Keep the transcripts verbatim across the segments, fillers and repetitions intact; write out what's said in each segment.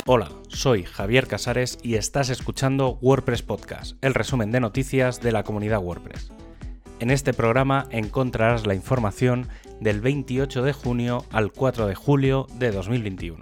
Hola, soy Javier Casares y estás escuchando WordPress Podcast, el resumen de noticias de la comunidad WordPress. En este programa encontrarás la información del veintiocho de junio al cuatro de julio de dos mil veintiuno.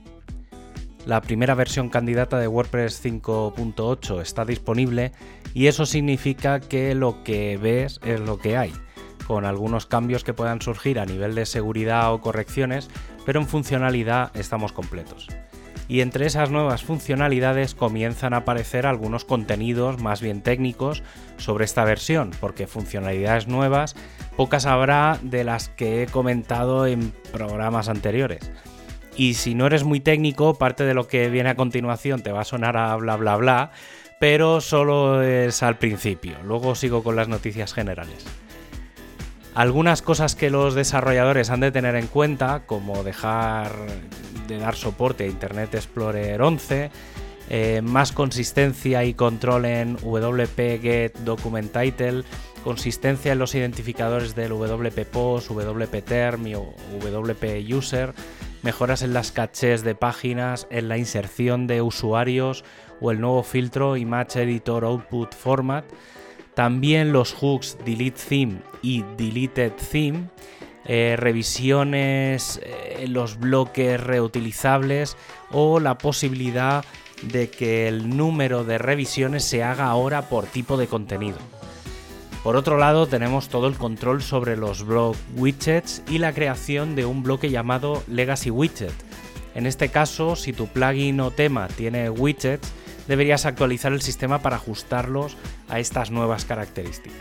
La primera versión candidata de WordPress cinco punto ocho está disponible y eso significa que lo que ves es lo que hay, con algunos cambios que puedan surgir a nivel de seguridad o correcciones, pero en funcionalidad estamos completos. Y entre esas nuevas funcionalidades comienzan a aparecer algunos contenidos más bien técnicos sobre esta versión, porque funcionalidades nuevas pocas habrá de las que he comentado en programas anteriores. Y si no eres muy técnico, parte de lo que viene a continuación te va a sonar a bla bla bla, pero solo es al principio, luego sigo con las noticias generales. Algunas cosas que los desarrolladores han de tener en cuenta, como dejar de dar soporte a Internet Explorer once, eh, más consistencia y control en W P Get Document Title, consistencia en los identificadores del W P Post, W P Term y W P User, mejoras en las cachés de páginas, en la inserción de usuarios o el nuevo filtro Image Editor Output Format, también los hooks Delete Theme y Deleted Theme, eh, revisiones en eh, los bloques reutilizables o la posibilidad de que el número de revisiones se haga ahora por tipo de contenido. Por otro lado, tenemos todo el control sobre los block widgets y la creación de un bloque llamado Legacy Widget. En este caso, si tu plugin o tema tiene widgets, deberías actualizar el sistema para ajustarlos a estas nuevas características.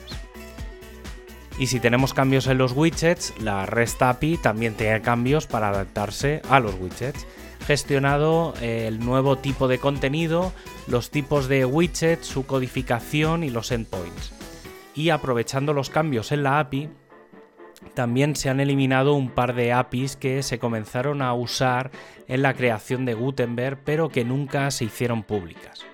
Y si tenemos cambios en los widgets, la REST A P I también tiene cambios para adaptarse a los widgets, gestionado el nuevo tipo de contenido, los tipos de widgets, su codificación y los endpoints. Y aprovechando los cambios en la A P I, también se han eliminado un par de A P Is que se comenzaron a usar en la creación de Gutenberg, pero que nunca se hicieron públicas.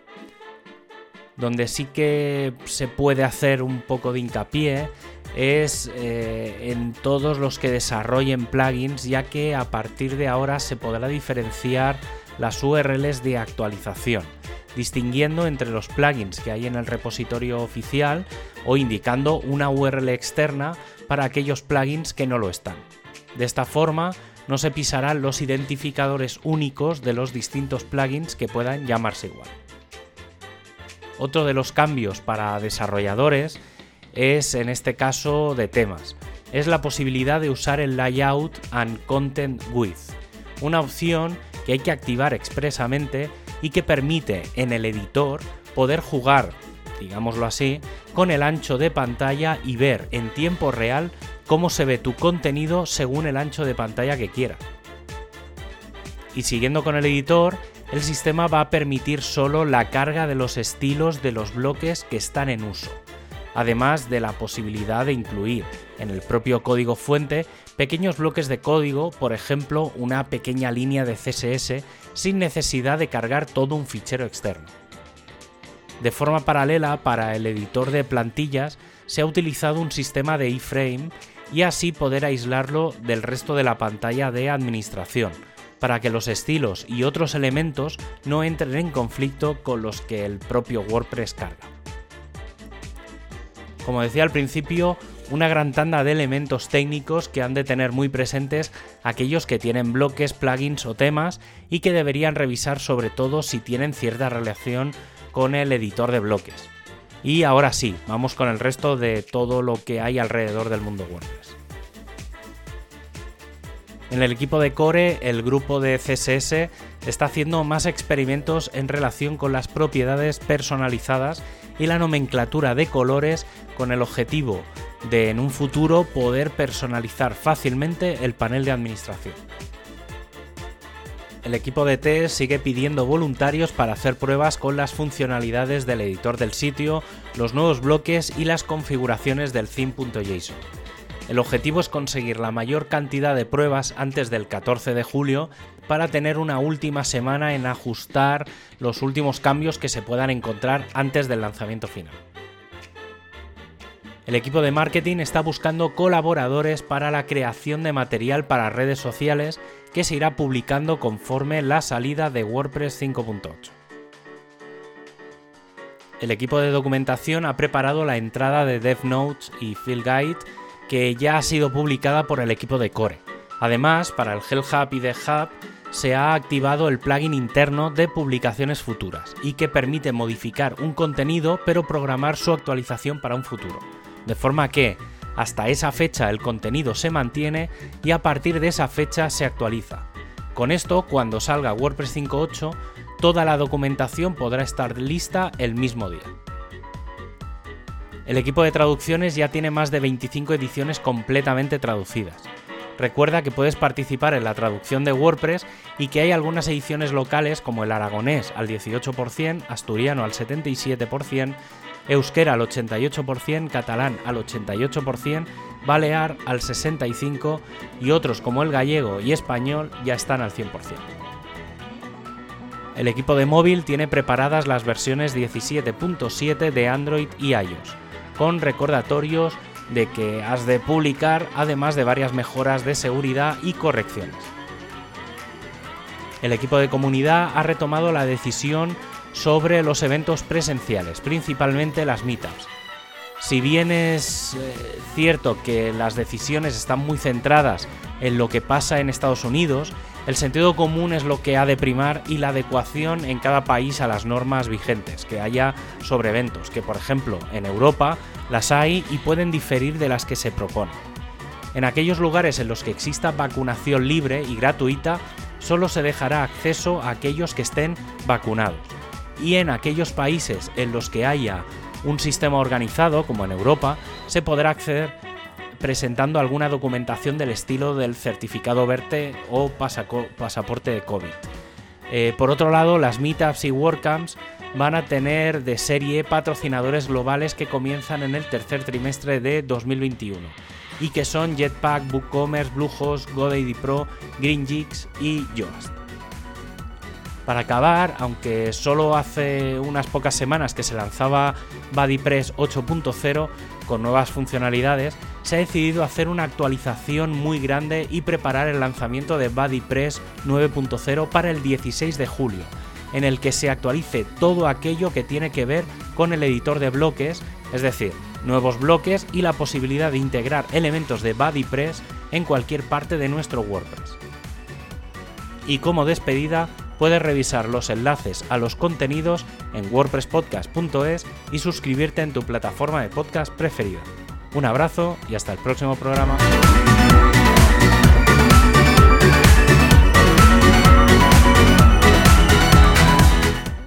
Donde sí que se puede hacer un poco de hincapié es eh, en todos los que desarrollen plugins, ya que a partir de ahora se podrá diferenciar las U R Ls de actualización, distinguiendo entre los plugins que hay en el repositorio oficial o indicando una U R L externa para aquellos plugins que no lo están. De esta forma, no se pisarán los identificadores únicos de los distintos plugins que puedan llamarse igual. Otro de los cambios para desarrolladores es, en este caso, de temas. Es la posibilidad de usar el Layout and Content Width, una opción que hay que activar expresamente y que permite en el editor poder jugar, digámoslo así, con el ancho de pantalla y ver en tiempo real cómo se ve tu contenido según el ancho de pantalla que quieras. Y siguiendo con el editor, el sistema va a permitir solo la carga de los estilos de los bloques que están en uso, además de la posibilidad de incluir en el propio código fuente pequeños bloques de código, por ejemplo, una pequeña línea de C S S sin necesidad de cargar todo un fichero externo. De forma paralela, para el editor de plantillas se ha utilizado un sistema de iframe y así poder aislarlo del resto de la pantalla de administración, para que los estilos y otros elementos no entren en conflicto con los que el propio WordPress carga. Como decía al principio, una gran tanda de elementos técnicos que han de tener muy presentes aquellos que tienen bloques, plugins o temas y que deberían revisar sobre todo si tienen cierta relación con el editor de bloques. Y ahora sí, vamos con el resto de todo lo que hay alrededor del mundo WordPress. En el equipo de Core, el grupo de C S S está haciendo más experimentos en relación con las propiedades personalizadas y la nomenclatura de colores, con el objetivo de en un futuro poder personalizar fácilmente el panel de administración. El equipo de test sigue pidiendo voluntarios para hacer pruebas con las funcionalidades del editor del sitio, los nuevos bloques y las configuraciones del theme.json. El objetivo es conseguir la mayor cantidad de pruebas antes del catorce de julio para tener una última semana en ajustar los últimos cambios que se puedan encontrar antes del lanzamiento final. El equipo de marketing está buscando colaboradores para la creación de material para redes sociales que se irá publicando conforme la salida de WordPress cinco punto ocho. El equipo de documentación ha preparado la entrada de DevNotes y Field Guide que ya ha sido publicada por el equipo de Core. Además, para el Help Hub y DevHub se ha activado el plugin interno de publicaciones futuras y que permite modificar un contenido pero programar su actualización para un futuro. De forma que hasta esa fecha el contenido se mantiene y a partir de esa fecha se actualiza. Con esto, cuando salga WordPress cinco punto ocho, toda la documentación podrá estar lista el mismo día. El equipo de traducciones ya tiene más de veinticinco ediciones completamente traducidas. Recuerda que puedes participar en la traducción de WordPress y que hay algunas ediciones locales como el aragonés al dieciocho por ciento, asturiano al setenta y siete por ciento, euskera al ochenta y ocho por ciento, catalán al ochenta y ocho por ciento, balear al sesenta y cinco por ciento y otros como el gallego y español ya están al cien por ciento. El equipo de móvil tiene preparadas las versiones diecisiete punto siete de Android y iOS, con recordatorios de que has de publicar, además de varias mejoras de seguridad y correcciones. El equipo de comunidad ha retomado la decisión sobre los eventos presenciales, principalmente las meetups. Si bien es eh, cierto que las decisiones están muy centradas en lo que pasa en Estados Unidos, el sentido común es lo que ha de primar y la adecuación en cada país a las normas vigentes que haya sobre eventos, que por ejemplo en Europa las hay y pueden diferir de las que se proponen. En aquellos lugares en los que exista vacunación libre y gratuita, solo se dejará acceso a aquellos que estén vacunados. Y en aquellos países en los que haya un sistema organizado, como en Europa, se podrá acceder presentando alguna documentación del estilo del certificado Verte o pasaco- pasaporte de COVID. Eh, por otro lado, las meetups y WordCamps van a tener de serie patrocinadores globales que comienzan en el tercer trimestre de dos mil veintiuno y que son Jetpack, WooCommerce, Bluehost, GoDaddyPro, GreenJix y Yoast. Para acabar, aunque solo hace unas pocas semanas que se lanzaba BuddyPress ocho punto cero con nuevas funcionalidades, se ha decidido hacer una actualización muy grande y preparar el lanzamiento de BuddyPress nueve punto cero para el dieciséis de julio, en el que se actualice todo aquello que tiene que ver con el editor de bloques, es decir, nuevos bloques y la posibilidad de integrar elementos de BuddyPress en cualquier parte de nuestro WordPress. Y como despedida, puedes revisar los enlaces a los contenidos en wordpress podcast punto es y suscribirte en tu plataforma de podcast preferida. Un abrazo y hasta el próximo programa.